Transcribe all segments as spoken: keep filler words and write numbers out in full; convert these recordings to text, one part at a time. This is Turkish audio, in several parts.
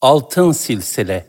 Altın Silsile.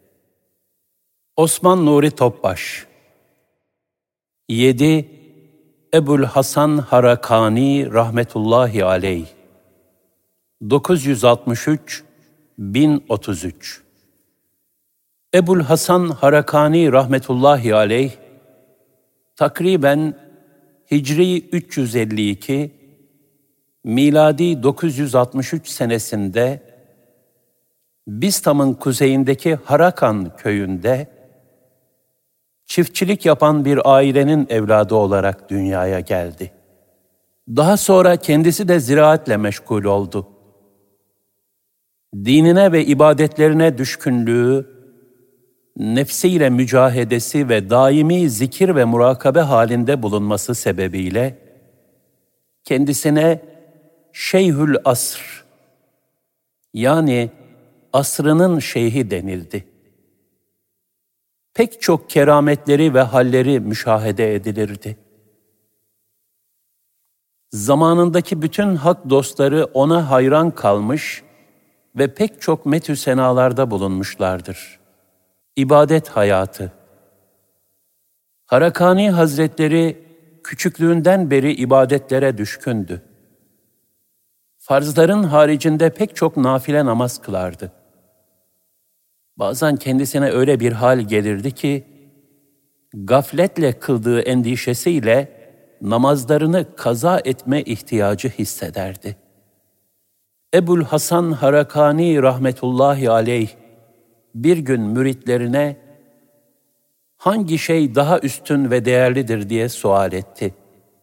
Osman Nuri Topbaş. yedi. Ebul Hasan Harakani rahmetullahi aleyh. dokuz yüz altmış üç bin otuz üç. Ebul Hasan Harakani rahmetullahi aleyh, takriben Hicri üç yüz elli iki, miladi dokuz yüz altmış üç senesinde Bistam'ın kuzeyindeki Harakan köyünde çiftçilik yapan bir ailenin evladı olarak dünyaya geldi. Daha sonra kendisi de ziraatle meşgul oldu. Dinine ve ibadetlerine düşkünlüğü, nefsiyle mücahedesi ve daimi zikir ve murakabe halinde bulunması sebebiyle kendisine Şeyhül Asr, yani asrının şeyhi denildi. Pek çok kerametleri ve halleri müşahede edilirdi. Zamanındaki bütün hak dostları ona hayran kalmış ve pek çok metü senalarda bulunmuşlardır. İbadet hayatı. Harakani Hazretleri küçüklüğünden beri ibadetlere düşkündü. Farzların haricinde pek çok nafile namaz kılardı. Bazen kendisine öyle bir hal gelirdi ki, gafletle kıldığı endişesiyle namazlarını kaza etme ihtiyacı hissederdi. Ebul Hasan Harakani rahmetullahi aleyh bir gün müritlerine hangi şey daha üstün ve değerlidir diye sual etti.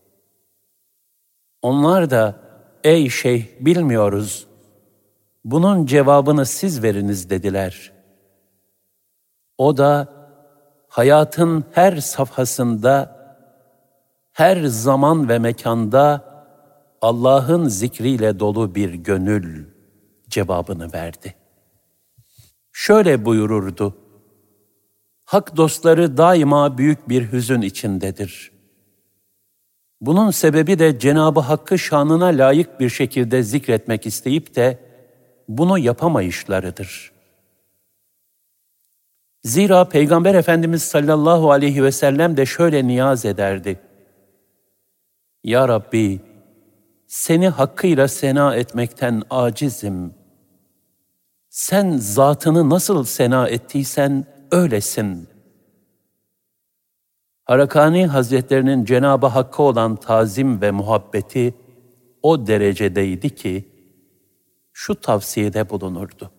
Onlar da ey şeyh bilmiyoruz, bunun cevabını siz veriniz dediler. O da hayatın her safhasında, her zaman ve mekanda Allah'ın zikriyle dolu bir gönül cevabını verdi. Şöyle buyururdu: hak dostları daima büyük bir hüzün içindedir. Bunun sebebi de Cenab-ı Hakk'ı şanına layık bir şekilde zikretmek isteyip de bunu yapamayışlarıdır. Zira Peygamber Efendimiz sallallahu aleyhi ve sellem de şöyle niyaz ederdi: Ya Rabbi, seni hakkıyla sena etmekten acizim. Sen zatını nasıl sena ettiysen öylesin. Harakani Hazretlerinin Cenab-ı Hakk'a olan tazim ve muhabbeti o derecedeydi ki, şu tavsiyede bulunurdu: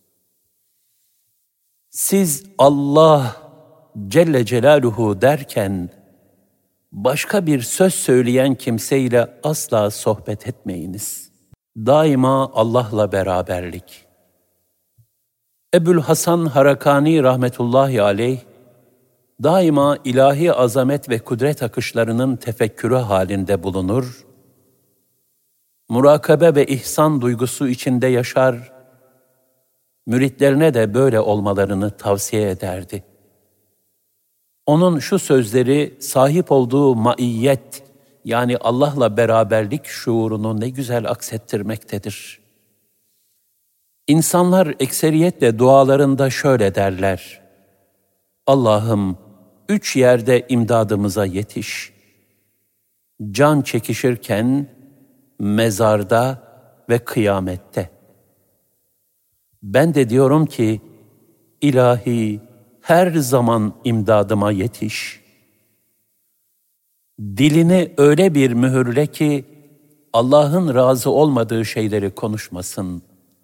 siz Allah Celle Celaluhu derken, başka bir söz söyleyen kimseyle asla sohbet etmeyiniz. Daima Allah'la beraberlik. Ebul Hasan Harakani rahmetullahi aleyh, daima ilahi azamet ve kudret akışlarının tefekkürü halinde bulunur, murakabe ve ihsan duygusu içinde yaşar, müritlerine de böyle olmalarını tavsiye ederdi. Onun şu sözleri sahip olduğu maiyet, yani Allah'la beraberlik şuurunu ne güzel aksettirmektedir. İnsanlar ekseriyetle dualarında şöyle derler: Allah'ım, üç yerde imdadımıza yetiş. Can çekişirken, mezarda ve kıyamette. Ben de diyorum ki, ilahi, her zaman imdadıma yetiş. Dilini öyle bir mühürle ki, Allah'ın razı olmadığı şeyleri konuşmasın.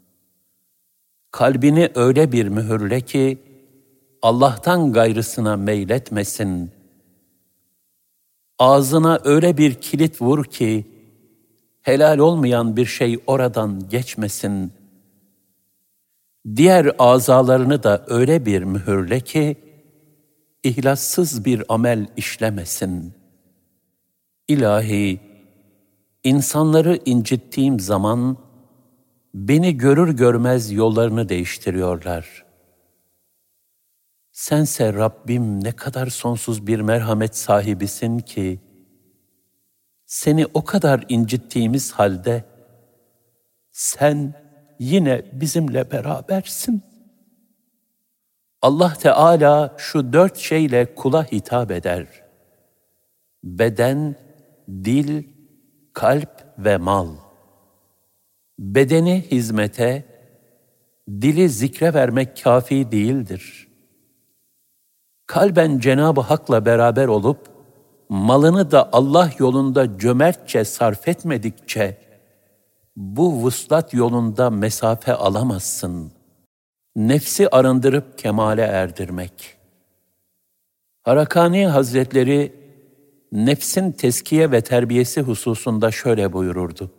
Kalbini öyle bir mühürle ki, Allah'tan gayrısına meyletmesin. Ağzına öyle bir kilit vur ki, helal olmayan bir şey oradan geçmesin. Diğer azalarını da öyle bir mühürle ki, ihlassız bir amel işlemesin. İlahi, insanları incittiğim zaman, beni görür görmez yollarını değiştiriyorlar. Sense Rabbim ne kadar sonsuz bir merhamet sahibisin ki, seni o kadar incittiğimiz halde, sen yine bizimle berabersin. Allah Teala şu dört şeyle kula hitap eder: beden, dil, kalp ve mal. Bedeni hizmete, dili zikre vermek kafi değildir. Kalben Cenab-ı Hak'la beraber olup, malını da Allah yolunda cömertçe sarf etmedikçe, bu vuslat yolunda mesafe alamazsın. Nefsi arındırıp kemale erdirmek. Harakani Hazretleri, nefsin teskiye ve terbiyesi hususunda şöyle buyururdu: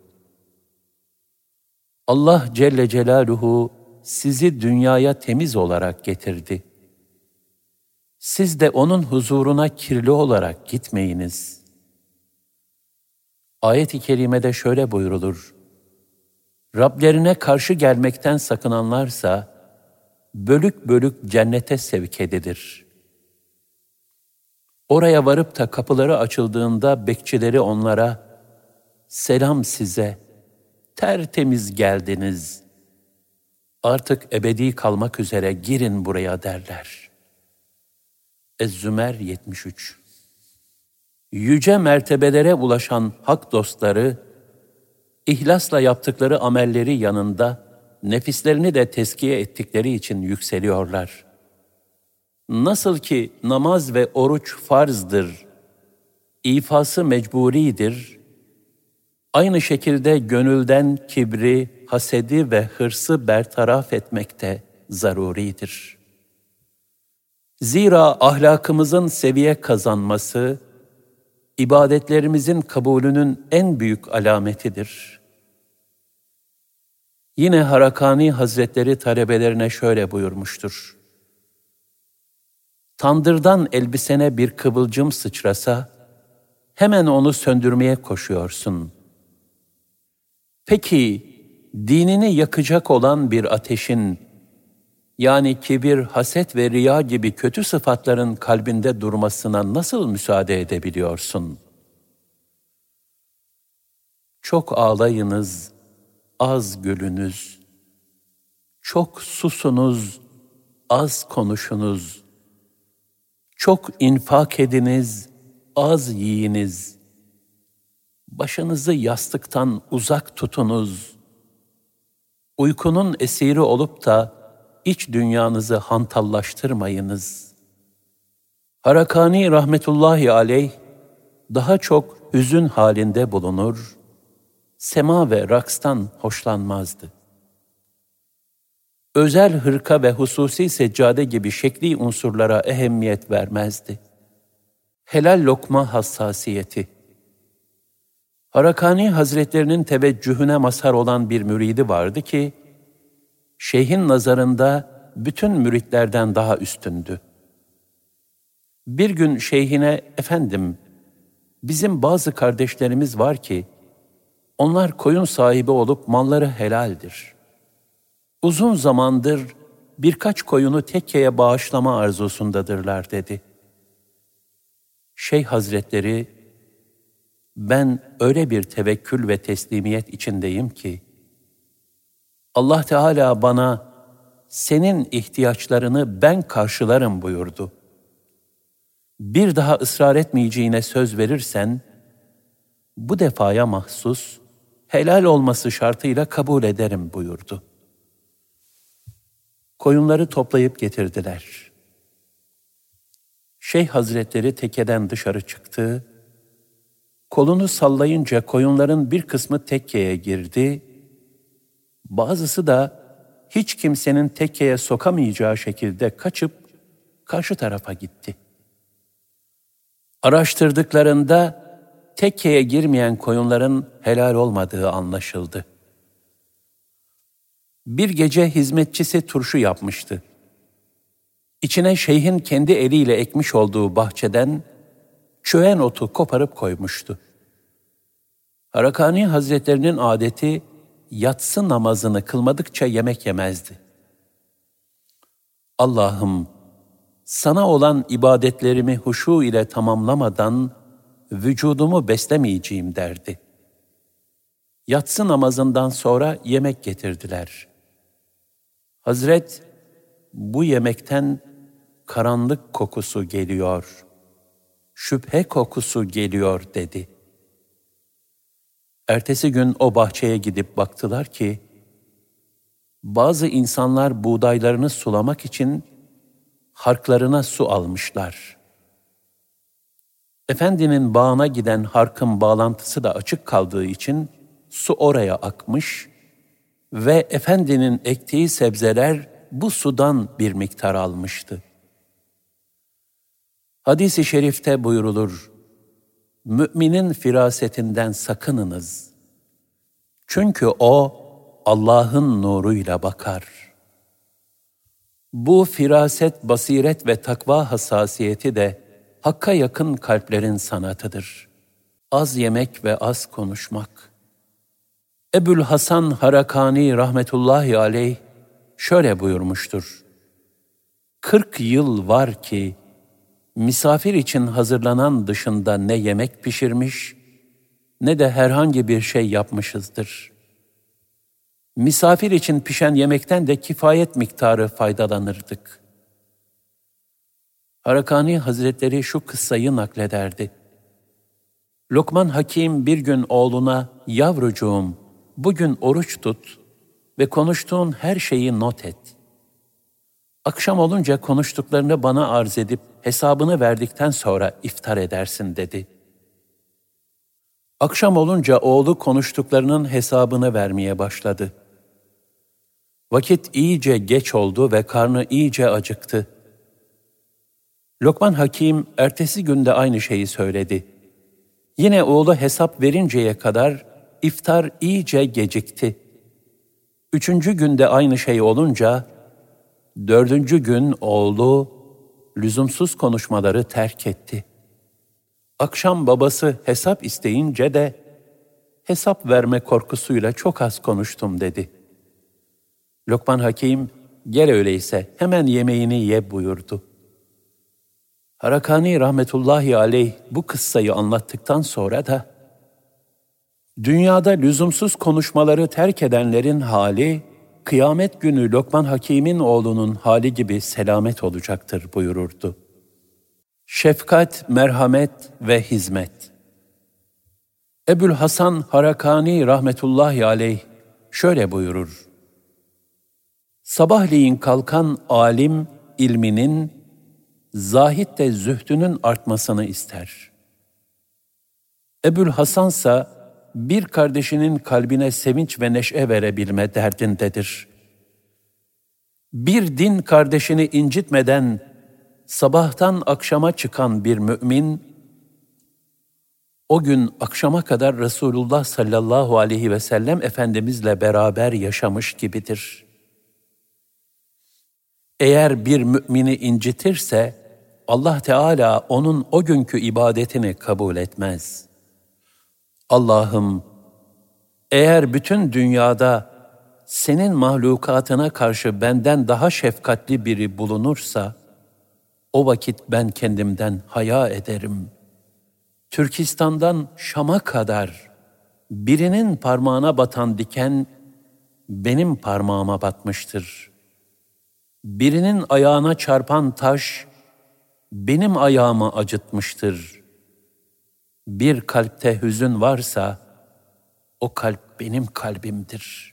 Allah Celle Celaluhu sizi dünyaya temiz olarak getirdi. Siz de onun huzuruna kirli olarak gitmeyiniz. Ayet-i kerimede şöyle buyrulur: Rablerine karşı gelmekten sakınanlarsa, bölük bölük cennete sevk edilir. Oraya varıp da kapıları açıldığında bekçileri onlara, selam size, tertemiz geldiniz. Artık ebedi kalmak üzere girin buraya derler. Ez-Zümer yetmiş üç. Yüce mertebelere ulaşan hak dostları, ihlasla yaptıkları amelleri yanında, nefislerini de tezkiye ettikleri için yükseliyorlar. Nasıl ki namaz ve oruç farzdır, ifası mecburidir, aynı şekilde gönülden kibri, hasedi ve hırsı bertaraf etmek de zaruridir. Zira ahlakımızın seviye kazanması, ibadetlerimizin kabulünün en büyük alametidir. Yine Harakani Hazretleri talebelerine şöyle buyurmuştur: Tandırdan elbisene bir kıvılcım sıçrasa, hemen onu söndürmeye koşuyorsun. Peki, dinini yakacak olan bir ateşin, yani kibir, haset ve riya gibi kötü sıfatların kalbinde durmasına nasıl müsaade edebiliyorsun? Çok ağlayınız, az gülünüz. Çok susunuz, az konuşunuz. Çok infak ediniz, az yiyiniz. Başınızı yastıktan uzak tutunuz. Uykunun esiri olup da iç dünyanızı hantallaştırmayınız. Harakani rahmetullahi aleyh daha çok hüzün halinde bulunur, sema ve rakstan hoşlanmazdı. Özel hırka ve hususi seccade gibi şekli unsurlara ehemmiyet vermezdi. Helal lokma hassasiyeti. Harakani Hazretlerinin teveccühüne mazhar olan bir müridi vardı ki, şeyhin nazarında bütün müritlerden daha üstündü. Bir gün şeyhine, efendim, bizim bazı kardeşlerimiz var ki, onlar koyun sahibi olup malları helaldir. Uzun zamandır birkaç koyunu tekkeye bağışlama arzusundadırlar dedi. Şeyh Hazretleri, ben öyle bir tevekkül ve teslimiyet içindeyim ki, Allah Teala bana senin ihtiyaçlarını ben karşılarım buyurdu. Bir daha ısrar etmeyeceğine söz verirsen, bu defaya mahsus, helal olması şartıyla kabul ederim buyurdu. Koyunları toplayıp getirdiler. Şeyh Hazretleri tekeden dışarı çıktı, kolunu sallayınca koyunların bir kısmı tekkeye girdi, bazısı da hiç kimsenin tekkeye sokamayacağı şekilde kaçıp karşı tarafa gitti. Araştırdıklarında tekkeye girmeyen koyunların helal olmadığı anlaşıldı. Bir gece hizmetçisi turşu yapmıştı. İçine şeyhin kendi eliyle ekmiş olduğu bahçeden çöğen otu koparıp koymuştu. Harakani Hazretlerinin adeti, yatsı namazını kılmadıkça yemek yemezdi. Allah'ım, sana olan ibadetlerimi huşu ile tamamlamadan vücudumu beslemeyeceğim derdi. Yatsı namazından sonra yemek getirdiler. Hazret, bu yemekten karanlık kokusu geliyor, şüphe kokusu geliyor dedi. Ertesi gün o bahçeye gidip baktılar ki, bazı insanlar buğdaylarını sulamak için harklarına su almışlar. Efendinin bağına giden harkın bağlantısı da açık kaldığı için su oraya akmış ve Efendinin ektiği sebzeler bu sudan bir miktar almıştı. Hadis-i şerifte buyrulur, müminin firasetinden sakınınız. Çünkü o Allah'ın nuruyla bakar. Bu firaset, basiret ve takva hassasiyeti de Hakk'a yakın kalplerin sanatıdır. Az yemek ve az konuşmak. Ebul Hasan Harakani rahmetullahi aleyh şöyle buyurmuştur. Kırk yıl var ki misafir için hazırlanan dışında ne yemek pişirmiş ne de herhangi bir şey yapmışızdır. Misafir için pişen yemekten de kifayet miktarı faydalanırdık. Harakani Hazretleri şu kıssayı naklederdi. Lokman Hakim bir gün oğluna, yavrucuğum, bugün oruç tut ve konuştuğun her şeyi not et. Akşam olunca konuştuklarını bana arz edip hesabını verdikten sonra iftar edersin dedi. Akşam olunca oğlu konuştuklarının hesabını vermeye başladı. Vakit iyice geç oldu ve karnı iyice acıktı. Lokman Hakim ertesi günde aynı şeyi söyledi. Yine oğlu hesap verinceye kadar iftar iyice gecikti. Üçüncü günde aynı şey olunca, dördüncü gün oğlu lüzumsuz konuşmaları terk etti. Akşam babası hesap isteyince de hesap verme korkusuyla çok az konuştum dedi. Lokman Hakim, gel öyleyse hemen yemeğini ye buyurdu. Harakani rahmetullahi aleyh bu kıssayı anlattıktan sonra da, dünyada lüzumsuz konuşmaları terk edenlerin hali, kıyamet günü Lokman Hakim'in oğlunun hali gibi selamet olacaktır buyururdu. Şefkat, merhamet ve hizmet. Ebul Hasan Harakani rahmetullahi aleyh şöyle buyurur. Sabahleyin kalkan alim ilminin, zahid de zühdünün artmasını ister. Ebul Hasansa bir kardeşinin kalbine sevinç ve neşe verebilme derdindedir. Bir din kardeşini incitmeden sabahtan akşama çıkan bir mümin, o gün akşama kadar Resulullah sallallahu aleyhi ve sellem Efendimizle beraber yaşamış gibidir. Eğer bir mümini incitirse, Allah Teala onun o günkü ibadetini kabul etmez. Allah'ım, eğer bütün dünyada senin mahlukatına karşı benden daha şefkatli biri bulunursa, o vakit ben kendimden haya ederim. Türkistan'dan Şam'a kadar birinin parmağına batan diken benim parmağıma batmıştır. Birinin ayağına çarpan taş benim ayağımı acıtmıştır. Bir kalpte hüzün varsa o kalp benim kalbimdir.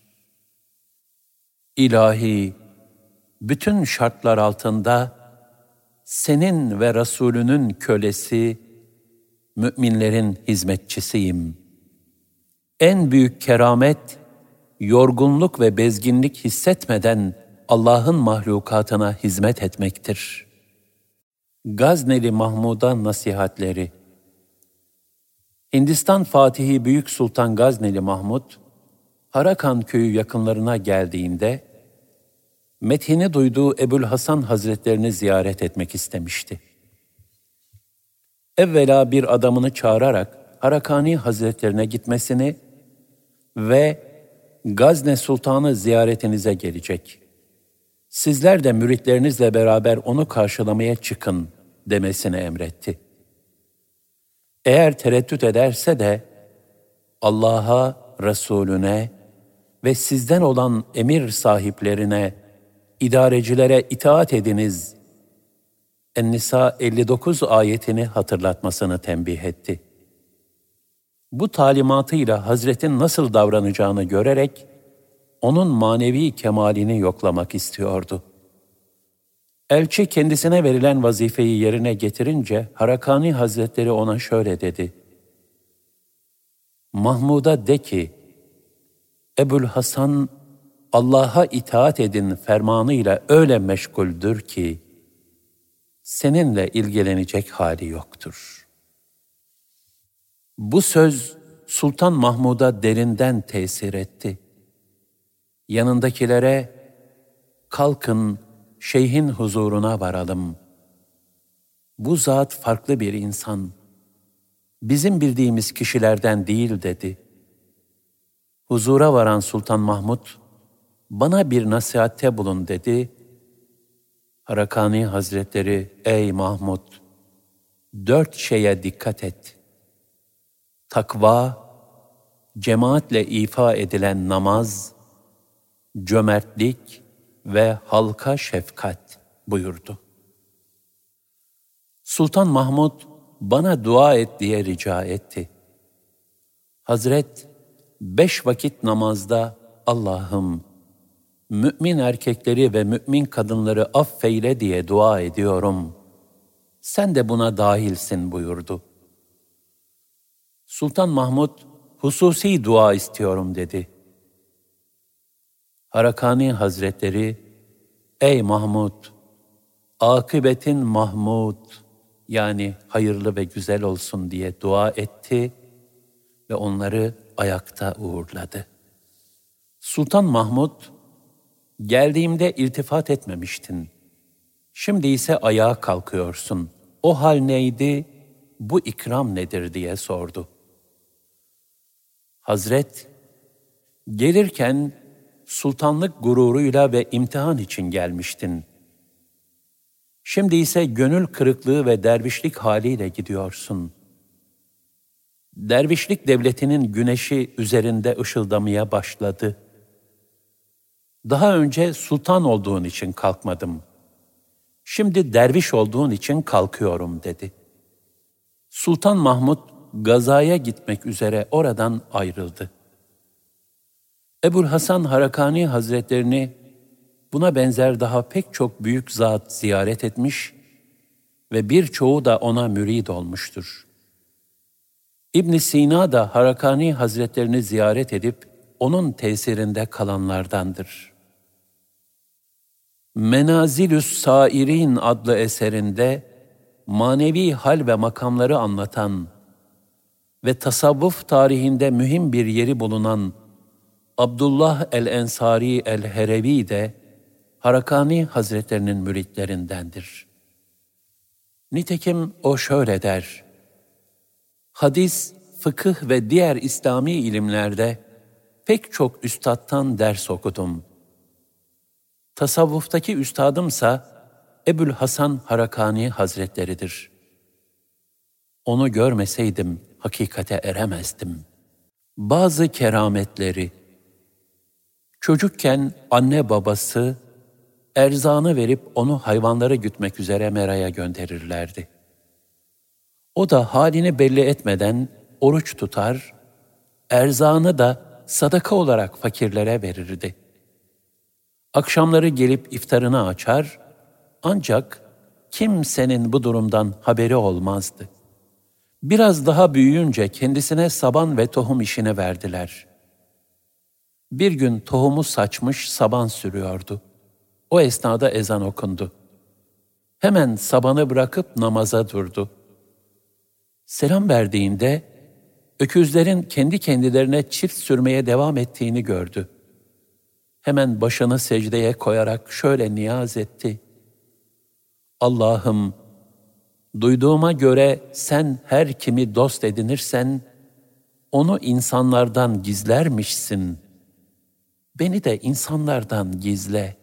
İlahi, bütün şartlar altında senin ve Resulünün kölesi, müminlerin hizmetçisiyim. En büyük keramet, yorgunluk ve bezginlik hissetmeden Allah'ın mahlukatına hizmet etmektir. Gazneli Mahmud'a nasihatleri. Hindistan Fatihi Büyük Sultan Gazneli Mahmud, Harakan köyü yakınlarına geldiğinde, methini duyduğu Ebul Hasan Hazretlerini ziyaret etmek istemişti. Evvela bir adamını çağırarak Harakani Hazretlerine gitmesini ve Gazne Sultanı ziyaretinize gelecek, sizler de müritlerinizle beraber onu karşılamaya çıkın demesini emretti. Eğer tereddüt ederse de Allah'a, Resulüne ve sizden olan emir sahiplerine, idarecilere itaat ediniz, En-Nisa elli dokuz ayetini hatırlatmasını tembih etti. Bu talimatıyla Hazret'in nasıl davranacağını görerek, onun manevi kemalini yoklamak istiyordu. Elçi kendisine verilen vazifeyi yerine getirince, Harakani Hazretleri ona şöyle dedi: Mahmud'a de ki, Ebu'l-Hasan, Allah'a itaat edin fermanıyla öyle meşguldür ki, seninle ilgilenecek hali yoktur. Bu söz, Sultan Mahmud'a derinden tesir etti. Yanındakilere, kalkın, şeyhin huzuruna varalım. Bu zat farklı bir insan. Bizim bildiğimiz kişilerden değil dedi. Huzura varan Sultan Mahmud, bana bir nasihatte bulun dedi. Harakani Hazretleri, ey Mahmud, dört şeye dikkat et. Takva, cemaatle ifa edilen namaz, cömertlik ve halka şefkat buyurdu. Sultan Mahmud bana dua et diye rica etti. Hazret beş vakit namazda Allah'ım mümin erkekleri ve mümin kadınları affeyle diye dua ediyorum. Sen de buna dahilsin buyurdu. Sultan Mahmud hususi dua istiyorum dedi. Harakani Hazretleri, ey Mahmud, akıbetin Mahmud, yani hayırlı ve güzel olsun diye dua etti ve onları ayakta uğurladı. Sultan Mahmud, geldiğimde iltifat etmemiştin. Şimdi ise ayağa kalkıyorsun. O hal neydi, bu ikram nedir diye sordu. Hazret, gelirken sultanlık gururuyla ve imtihan için gelmiştin. Şimdi ise gönül kırıklığı ve dervişlik haliyle gidiyorsun. Dervişlik devletinin güneşi üzerinde ışıldamaya başladı. Daha önce sultan olduğun için kalkmadım. Şimdi derviş olduğun için kalkıyorum dedi. Sultan Mahmud gazaya gitmek üzere oradan ayrıldı. Ebu'l-Hasan Harakani Hazretlerini buna benzer daha pek çok büyük zat ziyaret etmiş ve birçoğu da ona mürid olmuştur. İbn Sina da Harakani Hazretlerini ziyaret edip onun tesirinde kalanlardandır. Menazilü's Sairin adlı eserinde manevi hal ve makamları anlatan ve tasavvuf tarihinde mühim bir yeri bulunan Abdullah el-Ensari el-Herevi de Harakani Hazretlerinin müritlerindendir. Nitekim o şöyle der: hadis, fıkıh ve diğer İslami ilimlerde pek çok üstattan ders okudum. Tasavvuftaki üstadımsa Ebu'l-Hasan Harakani Hazretleridir. Onu görmeseydim hakikate eremezdim. Bazı kerametleri: çocukken anne babası erzağını verip onu hayvanları gütmek üzere meraya gönderirlerdi. O da halini belli etmeden oruç tutar, erzağını da sadaka olarak fakirlere verirdi. Akşamları gelip iftarını açar, ancak kimsenin bu durumdan haberi olmazdı. Biraz daha büyüyünce kendisine saban ve tohum işini verdiler. Bir gün tohumu saçmış saban sürüyordu. O esnada ezan okundu. Hemen sabanı bırakıp namaza durdu. Selam verdiğinde öküzlerin kendi kendilerine çift sürmeye devam ettiğini gördü. Hemen başını secdeye koyarak şöyle niyaz etti: Allah'ım, duyduğuma göre sen her kimi dost edinirsen, onu insanlardan gizlermişsin. Beni de insanlardan gizle.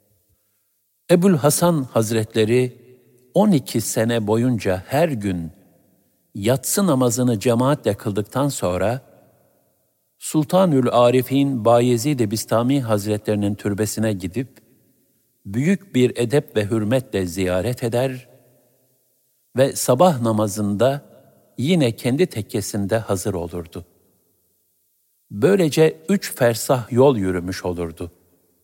Ebu'l-Hasan Hazretleri on iki sene boyunca her gün yatsı namazını cemaatle kıldıktan sonra Sultanül Arifin Bayezid-i Bistami Hazretlerinin türbesine gidip büyük bir edep ve hürmetle ziyaret eder ve sabah namazında yine kendi tekkesinde hazır olurdu. Böylece üç fersah yol yürümüş olurdu.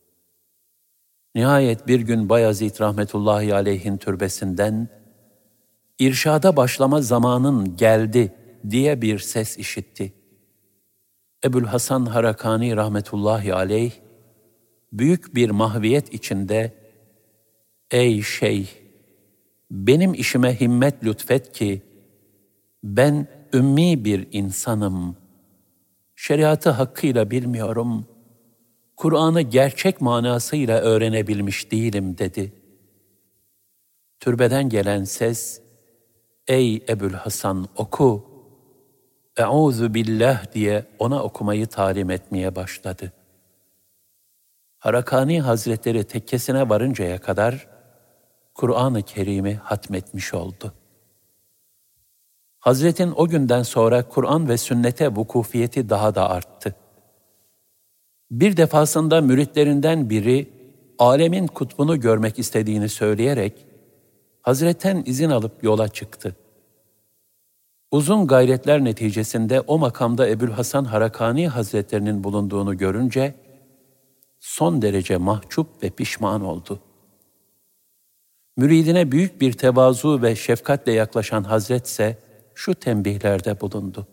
Nihayet bir gün Bayezid rahmetullahi aleyhin türbesinden irşada başlama zamanın geldi diye bir ses işitti. Ebu'l-Hasan Harakani rahmetullahi aleyh büyük bir mahviyet içinde "Ey şeyh, benim işime himmet lütfet ki ben ümmi bir insanım. Şeriatı hakkıyla bilmiyorum. Kur'an'ı gerçek manasıyla öğrenebilmiş değilim" dedi. Türbeden gelen ses, "Ey Ebu'l-Hasan oku, Euzu billah" diye ona okumayı talim etmeye başladı. Harakani Hazretleri tekkesine varıncaya kadar Kur'an-ı Kerim'i hatmetmiş oldu. Hazretin o günden sonra Kur'an ve sünnete vukufiyeti daha da arttı. Bir defasında müritlerinden biri alemin kutbunu görmek istediğini söyleyerek Hazretten izin alıp yola çıktı. Uzun gayretler neticesinde o makamda Ebu'l-Hasan Harakani Hazretlerinin bulunduğunu görünce son derece mahcup ve pişman oldu. Müridine büyük bir tevazu ve şefkatle yaklaşan Hazret ise şu tembihlerde bulundu.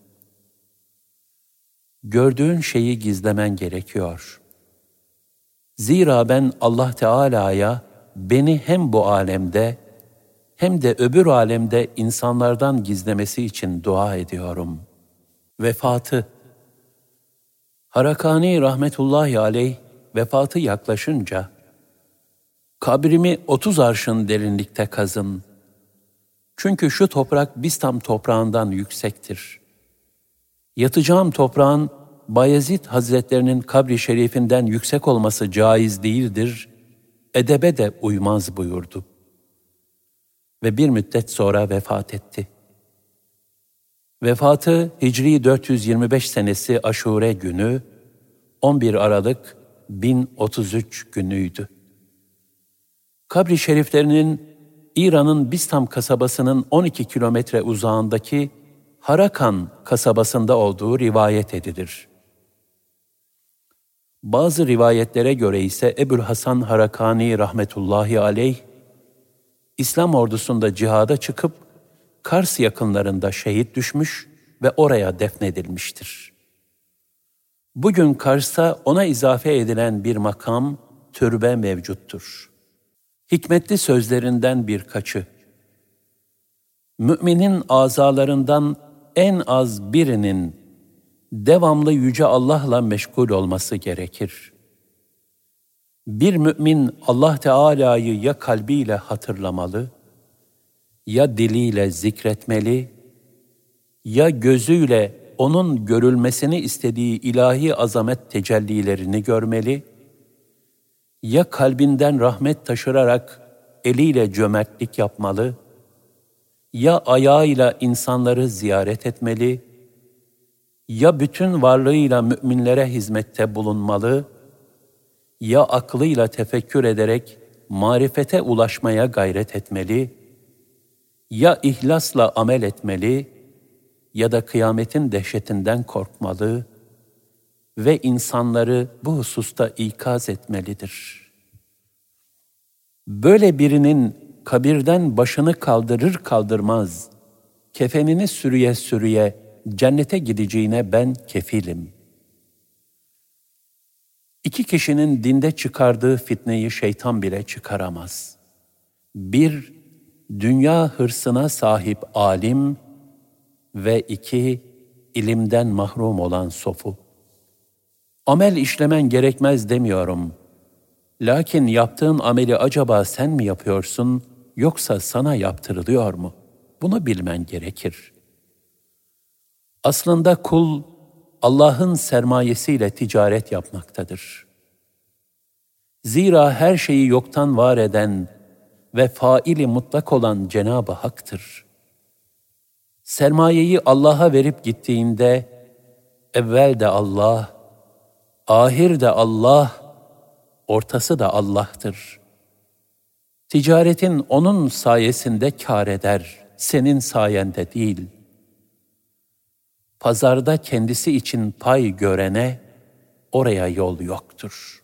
Gördüğün şeyi gizlemen gerekiyor. Zira ben Allah Teala'ya beni hem bu alemde hem de öbür alemde insanlardan gizlemesi için dua ediyorum. Vefatı. Harakani rahmetullahi aleyh vefatı yaklaşınca, "Kabrimi otuz arşın derinlikte kazın. Çünkü şu toprak Bistam toprağından yüksektir. Yatacağım toprağın Bayezid Hazretlerinin kabri şerifinden yüksek olması caiz değildir, edebe de uymaz" buyurdu. Ve bir müddet sonra vefat etti. Vefatı Hicri dört yüz yirmi beş senesi Aşure günü, on bir Aralık bin otuz üç günüydü. Kabri şeriflerinin İran'ın Bistam kasabasının on iki kilometre uzağındaki Harakan kasabasında olduğu rivayet edilir. Bazı rivayetlere göre ise Ebu'l-Hasan Harakani rahmetullahi aleyh, İslam ordusunda cihada çıkıp Kars yakınlarında şehit düşmüş ve oraya defnedilmiştir. Bugün Kars'ta ona izafe edilen bir makam, türbe mevcuttur. Hikmetli sözlerinden birkaçı: Müminin azalarından en az birinin devamlı Yüce Allah'la meşgul olması gerekir. Bir mümin Allah Teala'yı ya kalbiyle hatırlamalı, ya diliyle zikretmeli, ya gözüyle onun görülmesini istediği ilahi azamet tecellilerini görmeli, ya kalbinden rahmet taşırarak eliyle cömertlik yapmalı, ya ayağıyla insanları ziyaret etmeli, ya bütün varlığıyla müminlere hizmette bulunmalı, ya aklıyla tefekkür ederek marifete ulaşmaya gayret etmeli, ya ihlasla amel etmeli, ya da kıyametin dehşetinden korkmalı ve insanları bu hususta ikaz etmelidir. Böyle birinin kabirden başını kaldırır kaldırmaz, kefenini sürüye sürüye cennete gideceğine ben kefilim. İki kişinin dinde çıkardığı fitneyi şeytan bile çıkaramaz. Bir, dünya hırsına sahip alim ve iki, ilimden mahrum olan sofu. Amel işlemen gerekmez demiyorum. Lakin yaptığın ameli acaba sen mi yapıyorsun, yoksa sana yaptırılıyor mu? Bunu bilmen gerekir. Aslında kul, Allah'ın sermayesiyle ticaret yapmaktadır. Zira her şeyi yoktan var eden ve faili mutlak olan Cenab-ı Hak'tır. Sermayeyi Allah'a verip gittiğinde, evvel de Allah, ahir de Allah, ortası da Allah'tır. Ticaretin onun sayesinde kâr eder. senin sayende değil. Pazarda kendisi için pay görene oraya yol yoktur.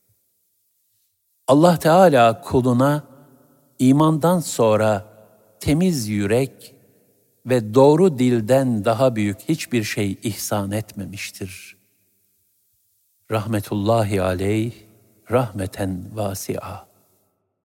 Allah Teala kuluna imandan sonra temiz yürek ve doğru dilden daha büyük hiçbir şey ihsan etmemiştir. Rahmetullahi aleyh, rahmeten vasi'a.